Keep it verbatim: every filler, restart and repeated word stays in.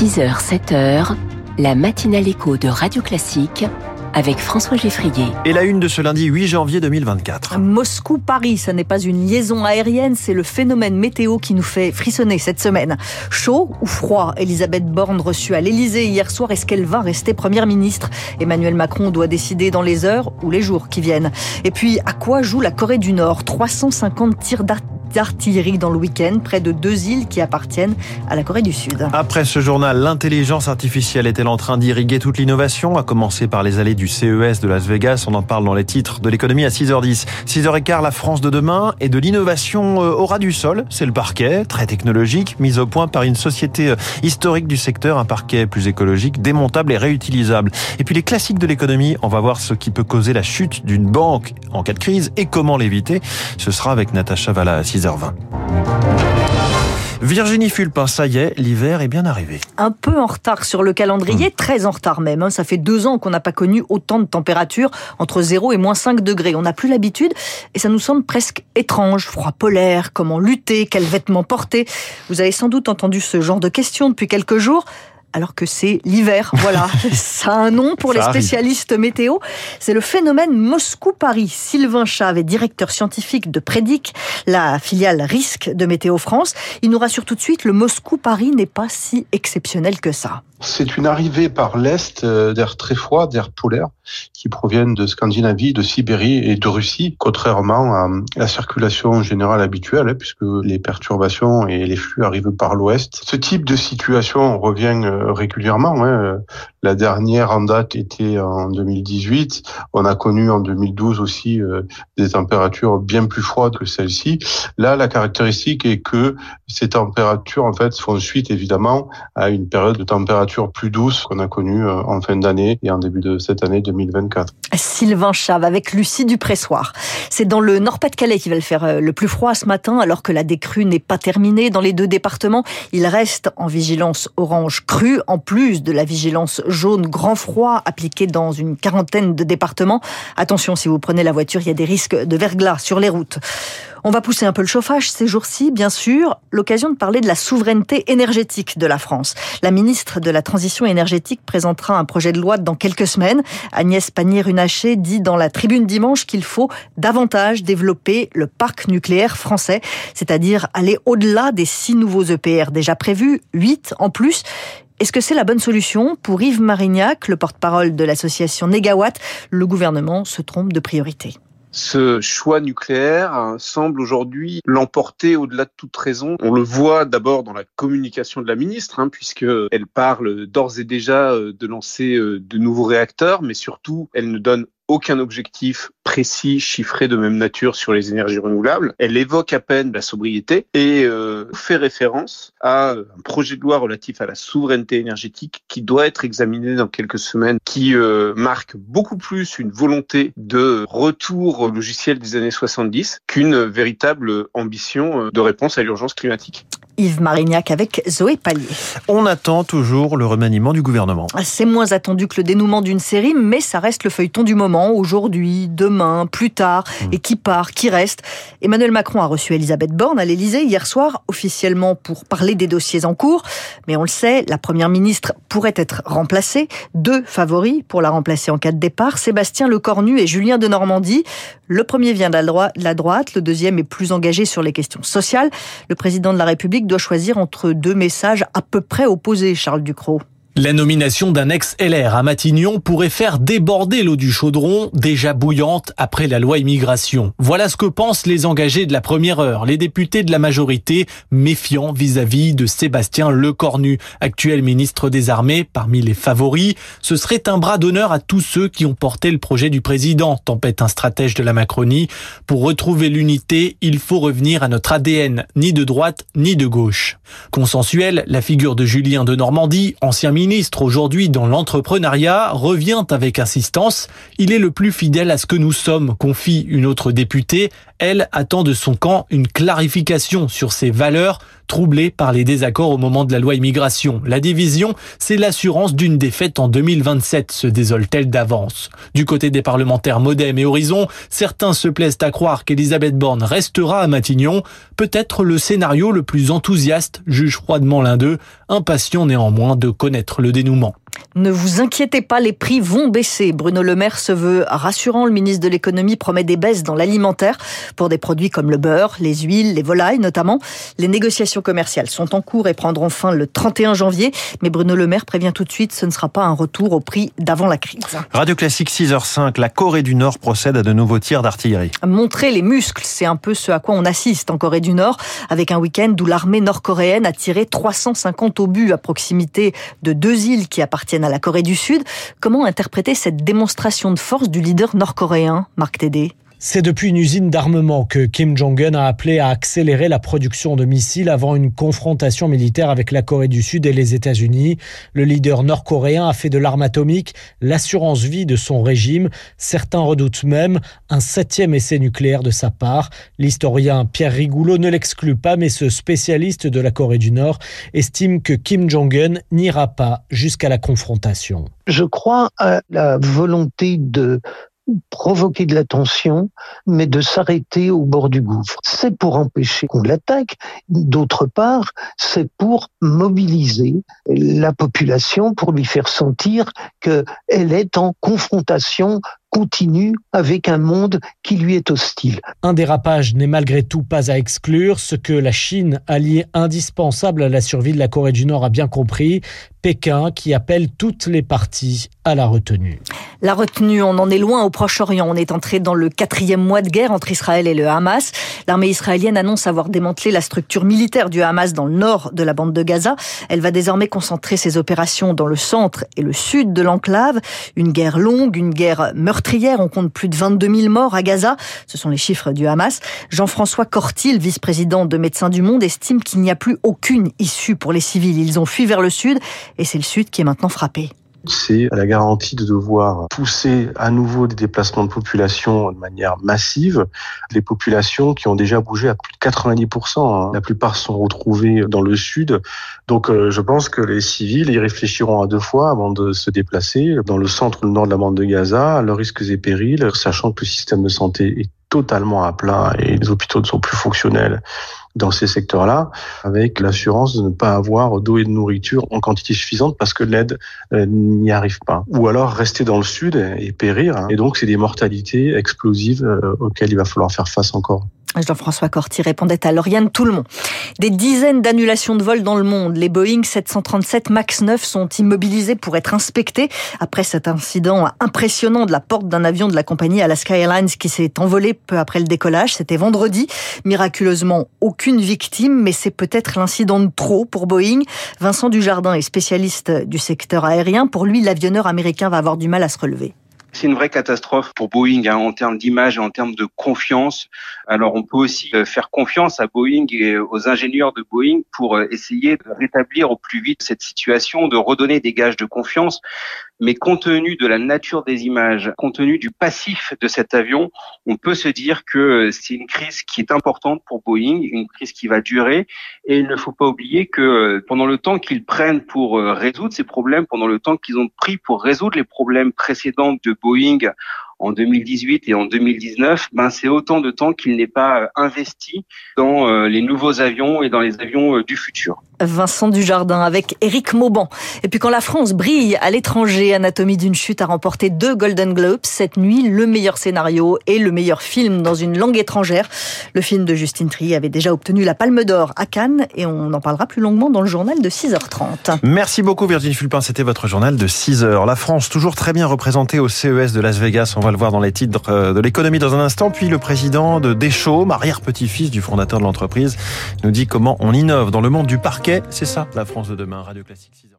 six heures, sept heures, la matinale écho de Radio Classique avec François Geffrier. Et la une de ce lundi huit janvier deux mille vingt-quatre. Moscou-Paris, ça n'est pas une liaison aérienne, c'est le phénomène météo qui nous fait frissonner cette semaine. Chaud ou froid? Elisabeth Borne reçue à l'Élysée hier soir. Est-ce qu'elle va rester première ministre? Emmanuel Macron doit décider dans les heures ou les jours qui viennent. Et puis, à quoi joue la Corée du Nord? trois cent cinquante tirs d'artillerie. d'artillerie dans le week-end, près de deux îles qui appartiennent à la Corée du Sud. Après ce journal, l'intelligence artificielle est-elle en train d'irriguer toute l'innovation, à commencer par les allées du C E S de Las Vegas? On en parle dans les titres de l'économie à six heures dix. six heures quinze, la France de demain et de l'innovation au ras du sol. C'est le parquet, très technologique, mis au point par une société historique du secteur, un parquet plus écologique, démontable et réutilisable. Et puis les classiques de l'économie, on va voir ce qui peut causer la chute d'une banque en cas de crise et comment l'éviter. Ce sera avec Natacha Valla à six heures vingt. Virginie Fulpin, ça y est, l'hiver est bien arrivé. Un peu en retard sur le calendrier, mmh. très en retard même. Ça fait deux ans qu'on n'a pas connu autant de températures, entre zéro et moins cinq degrés. On n'a plus l'habitude et ça nous semble presque étrange. Froid polaire, comment lutter, quels vêtements porter? Vous avez sans doute entendu ce genre de questions depuis quelques jours. Alors que c'est l'hiver, voilà. Ça a un nom pour ça les spécialistes arrive. Météo. C'est le phénomène Moscou-Paris. Sylvain Chave est directeur scientifique de Prédic, la filiale risque de Météo France. Il nous rassure tout de suite, le Moscou-Paris n'est pas si exceptionnel que ça. C'est une arrivée par l'Est d'air très froid, d'air polaire, qui proviennent de Scandinavie, de Sibérie et de Russie, contrairement à la circulation générale habituelle, puisque les perturbations et les flux arrivent par l'Ouest. Ce type de situation revient régulièrement. Hein. La dernière en date était en deux mille dix-huit. On a connu en deux mille douze aussi des températures bien plus froides que celles-ci. Là, la caractéristique est que ces températures, en fait, font suite évidemment à une période de température plus douce qu'on a connue en fin d'année et en début de cette année deux mille vingt-quatre. Sylvain Chave avec Lucie Dupressoir. C'est dans le Nord-Pas-de-Calais qu'il va le faire le plus froid ce matin, alors que la décrue n'est pas terminée dans les deux départements. Il reste en vigilance orange crue, en plus de la vigilance jaune grand froid appliquée dans une quarantaine de départements. Attention, si vous prenez la voiture, il y a des risques de verglas sur les routes. On va pousser un peu le chauffage ces jours-ci, bien sûr. L'occasion de parler de la souveraineté énergétique de la France. La ministre de la Transition énergétique présentera un projet de loi dans quelques semaines. Agnès Pannier-Runacher dit dans la Tribune dimanche qu'il faut davantage développer le parc nucléaire français, c'est-à-dire aller au-delà des six nouveaux E P R déjà prévus, huit en plus. Est-ce que c'est la bonne solution? Pour Yves Marignac, le porte-parole de l'association Négawatt, le gouvernement se trompe de priorité. Ce choix nucléaire semble aujourd'hui l'emporter au-delà de toute raison. On le voit d'abord dans la communication de la ministre, hein, puisqu'elle parle d'ores et déjà de lancer de nouveaux réacteurs, mais surtout, elle ne donne aucun objectif précis, chiffré de même nature sur les énergies renouvelables. Elle évoque à peine la sobriété et euh, fait référence à un projet de loi relatif à la souveraineté énergétique qui doit être examiné dans quelques semaines, qui euh, marque beaucoup plus une volonté de retour au logiciel des années soixante-dix qu'une véritable ambition de réponse à l'urgence climatique. Yves Marignac avec Zoé Pallier. On attend toujours le remaniement du gouvernement. C'est moins attendu que le dénouement d'une série, mais ça reste le feuilleton du moment, aujourd'hui, demain, plus tard, mmh. et qui part, qui reste. Emmanuel Macron a reçu Elisabeth Borne à l'Élysée hier soir, officiellement pour parler des dossiers en cours. Mais on le sait, la première ministre pourrait être remplacée. Deux favoris pour la remplacer en cas de départ, Sébastien Lecornu et Julien Denormandie. Le premier vient de la, droite, de la droite, le deuxième est plus engagé sur les questions sociales. Le président de la République doit choisir entre deux messages à peu près opposés, Charles Ducrot. La nomination d'un ex-L R à Matignon pourrait faire déborder l'eau du chaudron, déjà bouillante après la loi immigration. Voilà ce que pensent les engagés de la première heure, les députés de la majorité, méfiants vis-à-vis de Sébastien Lecornu, actuel ministre des Armées, parmi les favoris. Ce serait un bras d'honneur à tous ceux qui ont porté le projet du président, tempête un stratège de la Macronie. Pour retrouver l'unité, il faut revenir à notre A D N, ni de droite ni de gauche. Consensuel, la figure de Julien Denormandie, ancien ministre, ministre aujourd'hui dans l'entrepreneuriat, revient avec insistance. Il est le plus fidèle à ce que nous sommes, confie une autre députée. Elle attend de son camp une clarification sur ses valeurs. troublée par les désaccords au moment de la loi immigration. La division, c'est l'assurance d'une défaite en deux mille vingt-sept, se désole-t-elle d'avance. Du côté des parlementaires Modem et Horizon, certains se plaisent à croire qu'Elisabeth Borne restera à Matignon. Peut-être le scénario le plus enthousiaste, juge froidement l'un d'eux, impatient néanmoins de connaître le dénouement. Ne vous inquiétez pas, les prix vont baisser. Bruno Le Maire se veut rassurant. Le ministre de l'économie promet des baisses dans l'alimentaire pour des produits comme le beurre, les huiles, les volailles notamment. Les négociations commerciales sont en cours et prendront fin le trente et un janvier. Mais Bruno Le Maire prévient tout de suite, ce ne sera pas un retour au prix d'avant la crise. Radio Classique six heures cinq, la Corée du Nord procède à de nouveaux tirs d'artillerie. Montrer les muscles, c'est un peu ce à quoi on assiste en Corée du Nord, avec un week-end où l'armée nord-coréenne a tiré trois cent cinquante obus à proximité de deux îles qui appartiennent à la Corée du Sud. Comment interpréter cette démonstration de force du leader nord-coréen, Marc Tédé ? C'est depuis une usine d'armement que Kim Jong-un a appelé à accélérer la production de missiles avant une confrontation militaire avec la Corée du Sud et les États-Unis. Le leader nord-coréen a fait de l'arme atomique l'assurance vie de son régime. Certains redoutent même un septième essai nucléaire de sa part. L'historien Pierre Rigoulot ne l'exclut pas, mais ce spécialiste de la Corée du Nord estime que Kim Jong-un n'ira pas jusqu'à la confrontation. Je crois à la volonté de provoquer de la tension, mais de s'arrêter au bord du gouffre. C'est pour empêcher qu'on l'attaque. D'autre part, c'est pour mobiliser la population, pour lui faire sentir qu'elle est en confrontation continue avec un monde qui lui est hostile. Un dérapage n'est malgré tout pas à exclure. Ce que la Chine, alliée indispensable à la survie de la Corée du Nord, a bien compris. Pékin qui appelle toutes les parties à la retenue. La retenue, on en est loin au Proche-Orient. On est entré dans le quatrième mois de guerre entre Israël et le Hamas. L'armée israélienne annonce avoir démantelé la structure militaire du Hamas dans le nord de la bande de Gaza. Elle va désormais concentrer ses opérations dans le centre et le sud de l'enclave. Une guerre longue, une guerre meurtrière. On compte plus de vingt-deux mille morts à Gaza. Ce sont les chiffres du Hamas. Jean-François Cortil, vice-président de Médecins du Monde, estime qu'il n'y a plus aucune issue pour les civils. Ils ont fui vers le sud et c'est le sud qui est maintenant frappé. C'est la garantie de devoir pousser à nouveau des déplacements de population de manière massive. Les populations qui ont déjà bougé à plus de quatre-vingt-dix pour cent, hein. La plupart sont retrouvées dans le sud. Donc euh, je pense que les civils y réfléchiront à deux fois avant de se déplacer dans le centre ou le nord de la bande de Gaza, à leurs risques et périls, sachant que le système de santé est totalement à plat et les hôpitaux ne sont plus fonctionnels dans ces secteurs-là, avec l'assurance de ne pas avoir d'eau et de nourriture en quantité suffisante parce que l'aide euh, n'y arrive pas. Ou alors rester dans le sud et périr. Hein. Et donc, c'est des mortalités explosives euh, auxquelles il va falloir faire face encore. Jean-François Corti répondait à Lauriane Toulmont. Des dizaines d'annulations de vols dans le monde. Les Boeing sept cent trente-sept max neuf sont immobilisés pour être inspectés après cet incident impressionnant de la porte d'un avion de la compagnie Alaska Airlines qui s'est envolé peu après le décollage. C'était vendredi. Miraculeusement, aucune victime, mais c'est peut-être l'incident de trop pour Boeing. Vincent Dujardin est spécialiste du secteur aérien. Pour lui, l'avionneur américain va avoir du mal à se relever. C'est une vraie catastrophe pour Boeing hein, en termes d'image et en termes de confiance. Alors on peut aussi faire confiance à Boeing et aux ingénieurs de Boeing pour essayer de rétablir au plus vite cette situation, de redonner des gages de confiance. Mais compte tenu de la nature des images, compte tenu du passif de cet avion, on peut se dire que c'est une crise qui est importante pour Boeing, une crise qui va durer. Et il ne faut pas oublier que pendant le temps qu'ils prennent pour résoudre ces problèmes, pendant le temps qu'ils ont pris pour résoudre les problèmes précédents de Boeing en deux mille dix-huit et en deux mille dix-neuf, ben c'est autant de temps qu'il n'est pas investi dans les nouveaux avions et dans les avions du futur. Vincent Dujardin avec Éric Mauban. Et puis quand la France brille à l'étranger, Anatomie d'une chute a remporté deux Golden Globes cette nuit, le meilleur scénario et le meilleur film dans une langue étrangère. Le film de Justine Triet avait déjà obtenu la Palme d'Or à Cannes et on en parlera plus longuement dans le journal de six heures trente. Merci beaucoup Virginie Fulpin, c'était votre journal de six heures. La France toujours très bien représentée au C E S de Las Vegas, on va le voir dans les titres de l'économie dans un instant. Puis le président de Deschaume, arrière-petit-fils du fondateur de l'entreprise, nous dit comment on innove dans le monde du parquet. C'est ça, la France de demain. Radio Classique six heures.